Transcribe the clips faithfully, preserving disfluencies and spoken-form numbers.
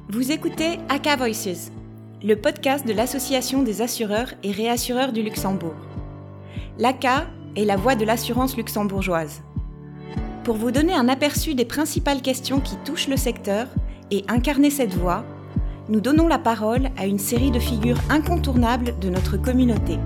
Vous écoutez A K Voices, le podcast de l'Association des assureurs et réassureurs du Luxembourg. L'A K est la voix de l'assurance luxembourgeoise. Pour vous donner un aperçu des principales questions qui touchent le secteur et incarner cette voix, nous donnons la parole à une série de figures incontournables de notre communauté.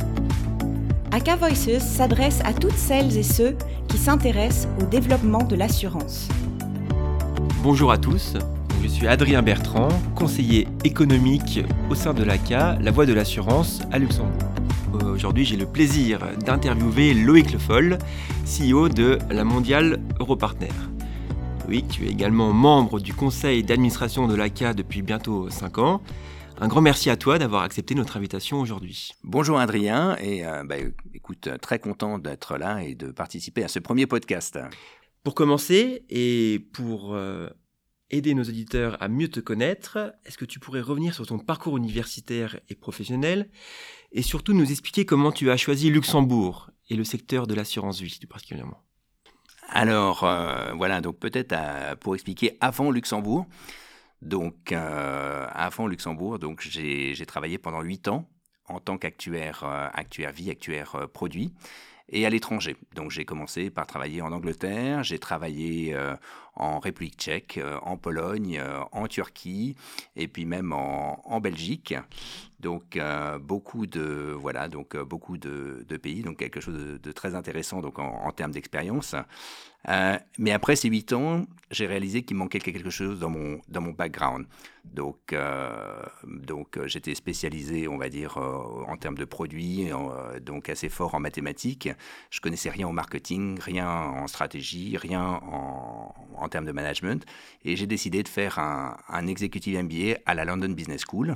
A K Voices s'adresse à toutes celles et ceux qui s'intéressent au développement de l'assurance. Bonjour à tous, je suis Adrien Bertrand, conseiller économique au sein de l'A K, la voix de l'assurance à Luxembourg. Aujourd'hui, j'ai le plaisir d'interviewer Loïc Le Foll, C E O de la Mondiale Europartner. Loïc, tu es également membre du conseil d'administration de l'A K depuis bientôt cinq ans. Un grand merci à toi d'avoir accepté notre invitation aujourd'hui. Bonjour Adrien, et euh, bah, écoute, très content d'être là et de participer à ce premier podcast. Pour commencer, et pour euh, aider nos auditeurs à mieux te connaître, est-ce que tu pourrais revenir sur ton parcours universitaire et professionnel et surtout nous expliquer comment tu as choisi Luxembourg et le secteur de l'assurance vie tout particulièrement? Alors, euh, voilà, donc peut-être à, pour expliquer avant Luxembourg. Donc, euh, avant Luxembourg, donc j'ai, j'ai travaillé pendant huit ans en tant qu'actuaire euh, actuaire vie, actuaire euh, produit. Et à l'étranger. Donc j'ai commencé par travailler en Angleterre, j'ai travaillé euh, en République tchèque, euh, en Pologne, euh, en Turquie et puis même en, en Belgique. Donc euh, beaucoup de voilà donc euh, beaucoup de, de pays, donc quelque chose de, de très intéressant donc en, en termes d'expérience. Euh, mais après ces huit ans, j'ai réalisé qu'il manquait quelque chose dans mon dans mon background. Donc euh, donc euh, j'étais spécialisé, on va dire euh, en termes de produits, euh, donc assez fort en mathématiques. Je connaissais rien au marketing, rien en stratégie, rien en, en termes de management. Et j'ai décidé de faire un, un executive M B A à la London Business School.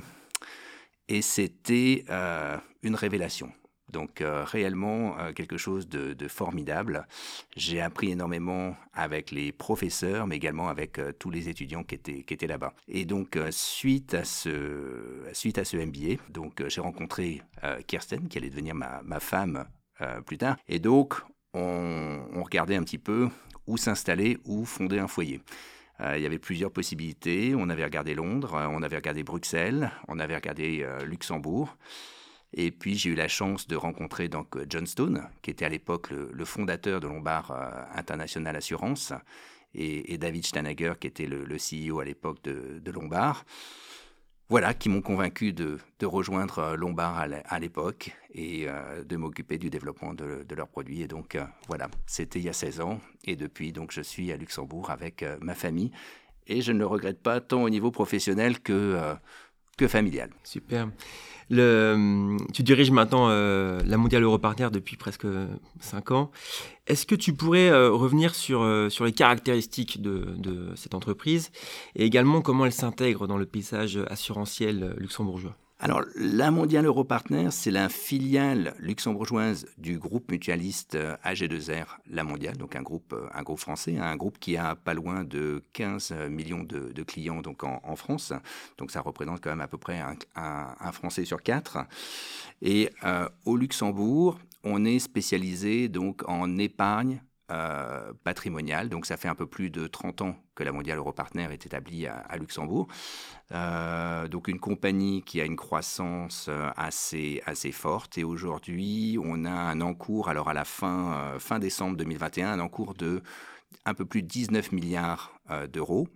Et c'était euh, une révélation. Donc euh, réellement euh, quelque chose de, de formidable. J'ai appris énormément avec les professeurs, mais également avec euh, tous les étudiants qui étaient, qui étaient là-bas. Et donc euh, suite, à ce, suite à ce M B A, donc, euh, j'ai rencontré euh, Kirsten, qui allait devenir ma, ma femme euh, plus tard. Et donc on, on regardait un petit peu où s'installer, où fonder un foyer. Euh, il y avait plusieurs possibilités. On avait regardé Londres, on avait regardé Bruxelles, on avait regardé euh, Luxembourg. Et puis, j'ai eu la chance de rencontrer donc, John Stone, qui était à l'époque le, le fondateur de Lombard euh, International Assurance, et, et David Stanager, qui était le, le C E O à l'époque de, de Lombard. Voilà, qui m'ont convaincu de, de rejoindre Lombard à l'époque et euh, de m'occuper du développement de, de leurs produits. Et donc, euh, voilà, c'était il y a seize ans. Et depuis, donc, je suis à Luxembourg avec euh, ma famille. Et je ne le regrette pas tant au niveau professionnel que, euh, que familial. Super. Le, tu diriges maintenant euh, la Mondiale Europartner depuis presque cinq ans. Est-ce que tu pourrais euh, revenir sur, euh, sur les caractéristiques de, de cette entreprise et également comment elle s'intègre dans le paysage assurantiel luxembourgeois? Alors, la Mondiale Europartner, c'est la filiale luxembourgeoise du groupe mutualiste A G deux R, La Mondiale, donc un groupe, un groupe français, un groupe qui a pas loin de quinze millions de, de clients donc en, en France. Donc, ça représente quand même à peu près un, un, un Français sur quatre. Et euh, au Luxembourg, on est spécialisé donc en épargne Euh, patrimonial. Donc ça fait un peu plus de trente ans que la Mondiale Europartner est établie à, à Luxembourg. Euh, donc une compagnie qui a une croissance assez, assez forte. Et aujourd'hui, on a un encours, alors à la fin, euh, fin décembre deux mille vingt et un, un encours de un peu plus de dix-neuf milliards euh, d'euros.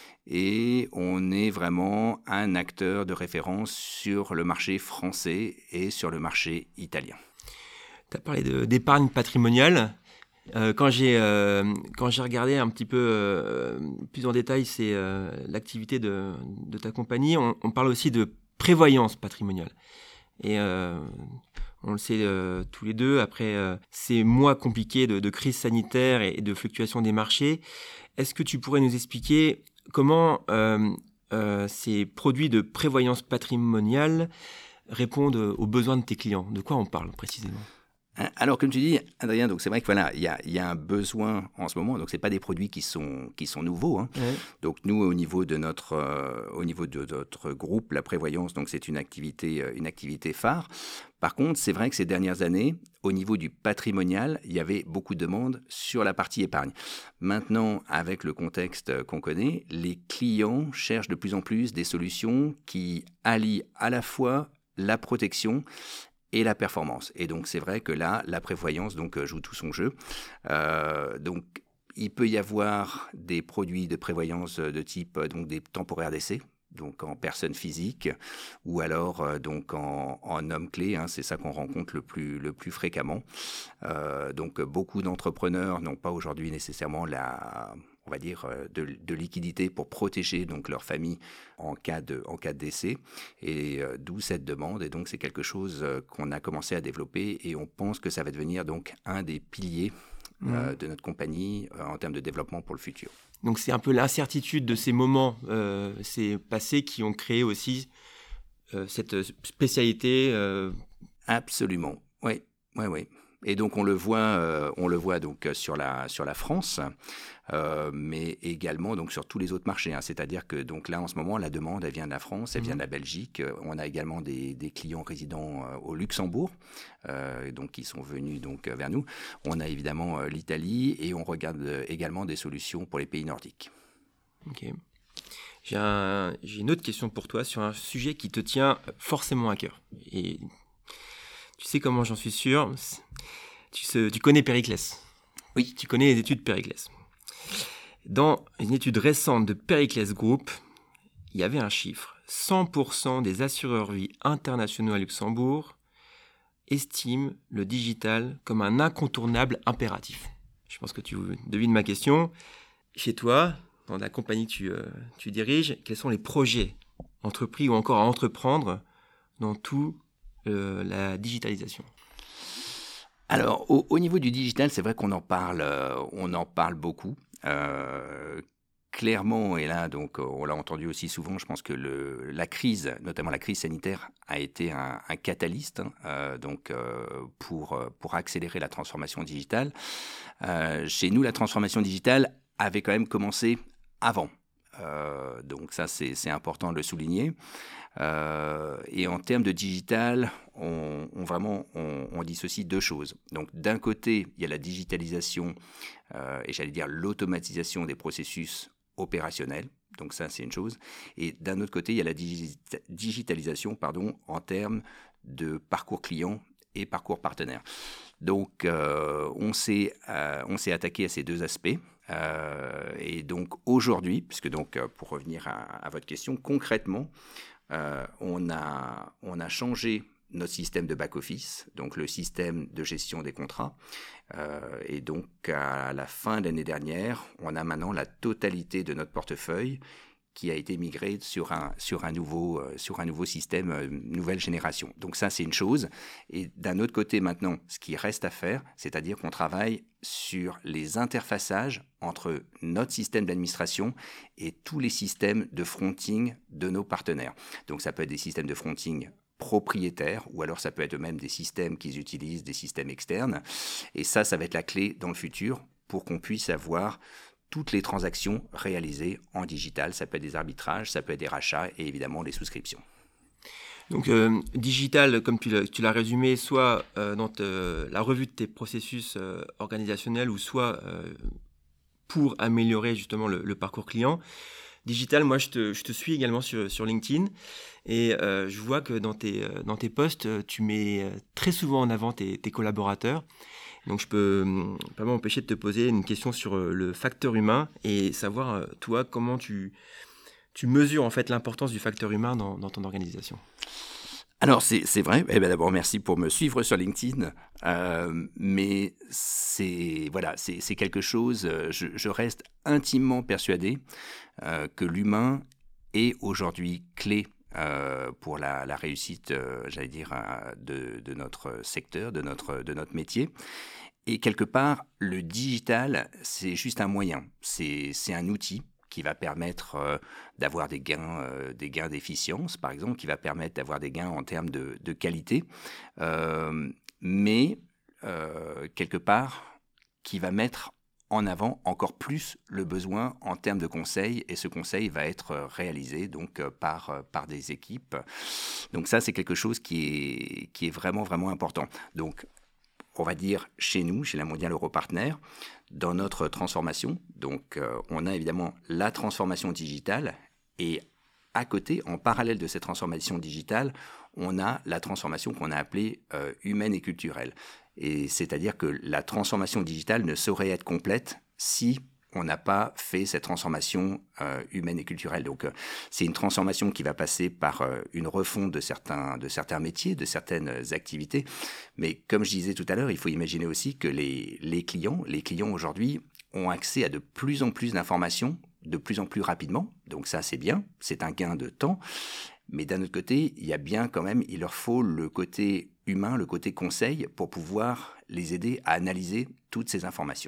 Et on est vraiment un acteur de référence sur le marché français et sur le marché italien. Tu as parlé de, d'épargne patrimoniale. Euh, quand j'ai euh, quand j'ai regardé un petit peu euh, plus en détail c'est euh, l'activité de de ta compagnie, on, on parle aussi de prévoyance patrimoniale. Et euh, on le sait euh, tous les deux après euh, ces mois compliqués de, de crise sanitaire et, et de fluctuation des marchés. Est-ce que tu pourrais nous expliquer comment euh, euh, ces produits de prévoyance patrimoniale répondent aux besoins de tes clients? De quoi on parle précisément? Alors, comme tu dis, Adrien, donc c'est vrai que voilà, il y a, y a un besoin en ce moment. Donc, c'est pas des produits qui sont qui sont nouveaux. Hein. Ouais. Donc, nous, au niveau de notre euh, au niveau de notre groupe, la prévoyance, donc c'est une activité une activité phare. Par contre, c'est vrai que ces dernières années, au niveau du patrimonial, il y avait beaucoup de demandes sur la partie épargne. Maintenant, avec le contexte qu'on connaît, les clients cherchent de plus en plus des solutions qui allient à la fois la protection et la performance. Et donc, c'est vrai que là, la prévoyance donc, joue tout son jeu. Euh, donc, il peut y avoir des produits de prévoyance de type donc, des temporaires d'essai, donc en personne physique, ou alors euh, donc en, en homme clé, hein, c'est ça qu'on rencontre le plus, le plus fréquemment. Euh, donc, beaucoup d'entrepreneurs n'ont pas aujourd'hui nécessairement la... on va dire, de, de liquidité pour protéger donc leur famille en cas de, en cas de décès, et euh, d'où cette demande. Et donc, c'est quelque chose euh, qu'on a commencé à développer, et on pense que ça va devenir donc un des piliers euh, mmh. de notre compagnie euh, en termes de développement pour le futur. Donc, c'est un peu l'incertitude de ces moments, euh, ces passés qui ont créé aussi euh, cette spécialité. Euh... Absolument, oui, oui, oui. Et donc on le voit, euh, on le voit donc sur la sur la France, euh, mais également donc sur tous les autres marchés. Hein. C'est-à-dire que donc là en ce moment la demande elle vient de la France, elle mmh. vient de la Belgique. On a également des, des clients résidents euh, au Luxembourg, euh, donc qui sont venus donc vers nous. On a évidemment euh, l'Italie et on regarde euh, également des solutions pour les pays nordiques. Ok. J'ai, un, j'ai une autre question pour toi sur un sujet qui te tient forcément à cœur. Et tu sais comment j'en suis sûr. Tu, sais, tu connais Périclès. Oui. Tu connais les études Périclès. Dans une étude récente de Périclès Group, il y avait un chiffre. cent pour cent des assureurs vie internationaux à Luxembourg estiment le digital comme un incontournable impératif. Je pense que tu devines ma question. Chez toi, dans la compagnie que tu, euh, tu diriges, quels sont les projets entrepris ou encore à entreprendre dans tout euh, la digitalisation ? Alors, au, au niveau du digital, c'est vrai qu'on en parle, euh, on en parle beaucoup. Euh, clairement, et là, donc, on l'a entendu aussi souvent, je pense que le, la crise, notamment la crise sanitaire, a été un, un catalyste hein, euh, donc, euh, pour, pour accélérer la transformation digitale. Euh, chez nous, la transformation digitale avait quand même commencé avant. Euh, donc ça, c'est, c'est important de le souligner. Euh, et en termes de digital, on, on vraiment on, on dissocie deux choses. Donc d'un côté, il y a la digitalisation euh, et j'allais dire l'automatisation des processus opérationnels. Donc ça, c'est une chose. Et d'un autre côté, il y a la digi- digitalisation, pardon, en termes de parcours client et parcours partenaire. Donc euh, on s'est euh, on s'est attaqué à ces deux aspects. Euh, et donc aujourd'hui, puisque donc pour revenir à, à votre question, concrètement, euh, on a on a changé notre système de back-office, donc le système de gestion des contrats. Euh, et donc à la fin de l'année dernière, on a maintenant la totalité de notre portefeuille qui a été migré sur un, sur un, nouveau, euh, sur un nouveau système, euh, nouvelle génération. Donc ça, c'est une chose. Et d'un autre côté, maintenant, ce qui reste à faire, c'est-à-dire qu'on travaille sur les interfaçages entre notre système d'administration et tous les systèmes de fronting de nos partenaires. Donc ça peut être des systèmes de fronting propriétaires, ou alors ça peut être même des systèmes qu'ils utilisent, des systèmes externes. Et ça, ça va être la clé dans le futur pour qu'on puisse avoir toutes les transactions réalisées en digital. Ça peut être des arbitrages, ça peut être des rachats et évidemment les souscriptions. Donc, euh, digital, comme tu l'as, tu l'as résumé, soit euh, dans te, la revue de tes processus euh, organisationnels ou soit euh, pour améliorer justement le, le parcours client. Digital, moi, je te, je te suis également sur, sur LinkedIn et euh, je vois que dans tes, dans tes posts, tu mets très souvent en avant tes, tes collaborateurs. Donc, je peux pas m'empêcher de te poser une question sur le facteur humain et savoir, toi, comment tu, tu mesures en fait l'importance du facteur humain dans, dans ton organisation. Alors, c'est, c'est vrai. Eh bien, d'abord, merci pour me suivre sur LinkedIn. Euh, mais c'est, voilà, c'est, c'est quelque chose, je, je reste intimement persuadé euh, que l'humain est aujourd'hui clé Euh, pour la, la réussite, euh, j'allais dire, euh, de, de notre secteur, de notre, de notre métier. Et quelque part, le digital, c'est juste un moyen, c'est, c'est un outil qui va permettre euh, d'avoir des gains, euh, des gains d'efficience, par exemple, qui va permettre d'avoir des gains en termes de, de qualité. Euh, mais euh, quelque part, qui va mettre en avant encore plus le besoin en termes de conseil, et ce conseil va être réalisé donc par, par des équipes. Donc ça, c'est quelque chose qui est, qui est vraiment, vraiment important. Donc, on va dire chez nous, chez la Mondiale Europartner, dans notre transformation, donc euh, on a évidemment la transformation digitale, et à côté, en parallèle de cette transformation digitale, on a la transformation qu'on a appelée euh, humaine et culturelle. Et c'est-à-dire que la transformation digitale ne saurait être complète si on n'a pas fait cette transformation euh, humaine et culturelle. Donc, euh, c'est une transformation qui va passer par euh, une refonte de certains, de certains métiers, de certaines activités. Mais comme je disais tout à l'heure, il faut imaginer aussi que les, les clients, les clients aujourd'hui ont accès à de plus en plus d'informations, de plus en plus rapidement. Donc ça, c'est bien, c'est un gain de temps. Mais d'un autre côté, il y a bien quand même, il leur faut le côté humain, le côté conseil, pour pouvoir les aider à analyser toutes ces informations.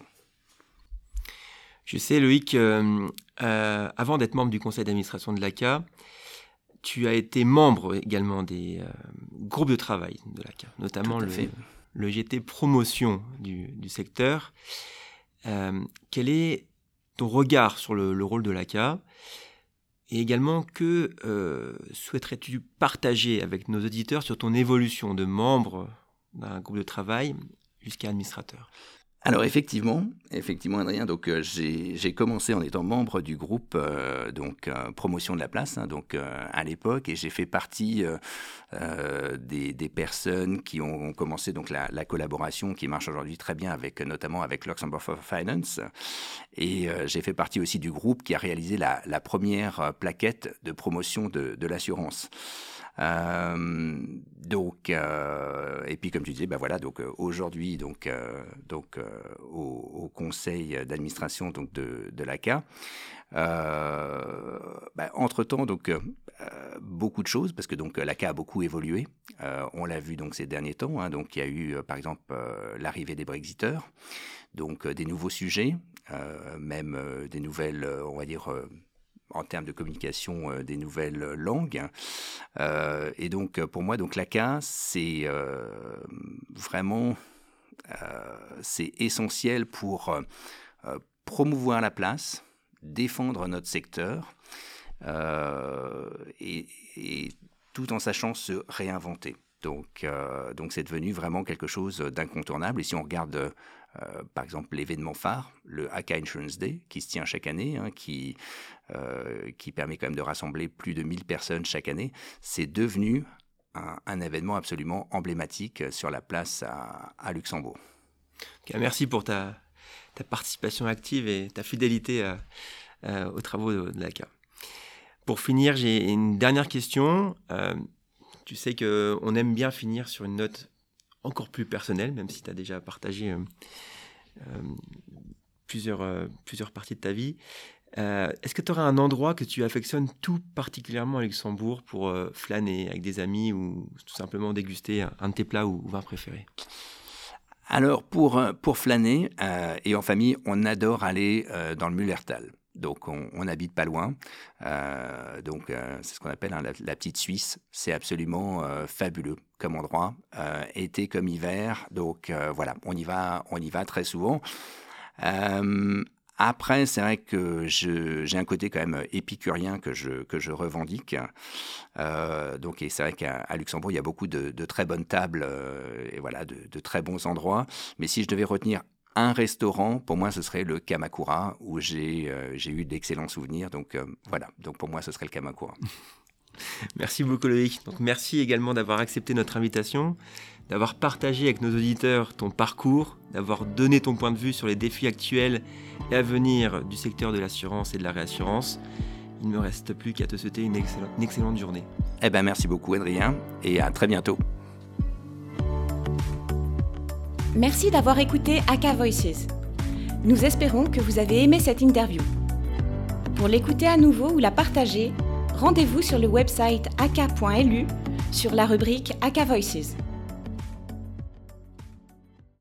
Je sais, Loïc, euh, euh, avant d'être membre du conseil d'administration de l'A C A, tu as été membre également des euh, groupes de travail de l'A C A, notamment le, le G T promotion du, du secteur. Euh, quel est ton regard sur le, le rôle de l'A C A ? Et également, que euh, souhaiterais-tu partager avec nos auditeurs sur ton évolution de membre d'un groupe de travail jusqu'à administrateur ? Alors effectivement, effectivement Adrien, donc euh, j'ai, j'ai commencé en étant membre du groupe euh, donc euh, promotion de la place, hein, donc euh, à l'époque, et j'ai fait partie euh, euh, des, des personnes qui ont commencé donc la, la collaboration qui marche aujourd'hui très bien avec notamment avec Luxembourg for Finance, et euh, j'ai fait partie aussi du groupe qui a réalisé la, la première plaquette de promotion de, de l'assurance. Euh, donc euh, et puis comme tu disais, ben voilà, donc euh, aujourd'hui donc euh, donc euh, au, au conseil d'administration donc de de l'A C A, euh, ben, entre temps donc euh, beaucoup de choses, parce que donc l'A C A a beaucoup évolué. Euh, on l'a vu donc ces derniers temps, hein, donc il y a eu euh, par exemple euh, l'arrivée des Brexiteurs, donc euh, des nouveaux sujets, euh, même euh, des nouvelles, euh, on va dire euh, en termes de communication, euh, des nouvelles langues. Euh, et donc, pour moi, donc, l'A C A, c'est euh, vraiment euh, c'est essentiel pour euh, promouvoir la place, défendre notre secteur, euh, et, et tout en sachant se réinventer. Donc, euh, donc, c'est devenu vraiment quelque chose d'incontournable. Et si on regarde Euh, par exemple, l'événement phare, le A C A Insurance Day, qui se tient chaque année, hein, qui, euh, qui permet quand même de rassembler plus de mille personnes chaque année, c'est devenu un, un événement absolument emblématique sur la place à, à Luxembourg. Okay, merci pour ta, ta participation active et ta fidélité à, à, aux travaux de, de l'A C A. Pour finir, j'ai une dernière question. Euh, tu sais qu'on aime bien finir sur une note encore plus personnel, même si tu as déjà partagé euh, euh, plusieurs, euh, plusieurs parties de ta vie. Euh, est-ce que tu aurais un endroit que tu affectionnes tout particulièrement à Luxembourg pour euh, flâner avec des amis ou tout simplement déguster un, un de tes plats ou, ou vins préférés ? Alors, pour, pour flâner euh, et en famille, on adore aller euh, dans le Mullertal. Donc, on, on habite pas loin. Euh, donc, euh, c'est ce qu'on appelle hein, la, la petite Suisse. C'est absolument euh, fabuleux comme endroit, euh, été comme hiver. Donc, euh, voilà, on y va, on y va très souvent. Euh, après, c'est vrai que je, j'ai un côté quand même épicurien que je, que je revendique. Euh, donc, et c'est vrai qu'à à Luxembourg, il y a beaucoup de, de très bonnes tables euh, et voilà, de, de très bons endroits. Mais si je devais retenir un restaurant, pour moi, ce serait le Kamakura, où j'ai, euh, j'ai eu d'excellents souvenirs. Donc, euh, voilà. Donc, pour moi, ce serait le Kamakura. Merci beaucoup, Loïc. Donc, merci également d'avoir accepté notre invitation, d'avoir partagé avec nos auditeurs ton parcours, d'avoir donné ton point de vue sur les défis actuels et à venir du secteur de l'assurance et de la réassurance. Il ne me reste plus qu'à te souhaiter une excellente, une excellente journée. Eh ben, merci beaucoup, Adrien, et à très bientôt. Merci d'avoir écouté A C A Voices. Nous espérons que vous avez aimé cette interview. Pour l'écouter à nouveau ou la partager, rendez-vous sur le website a c a point l u sur la rubrique A C A Voices.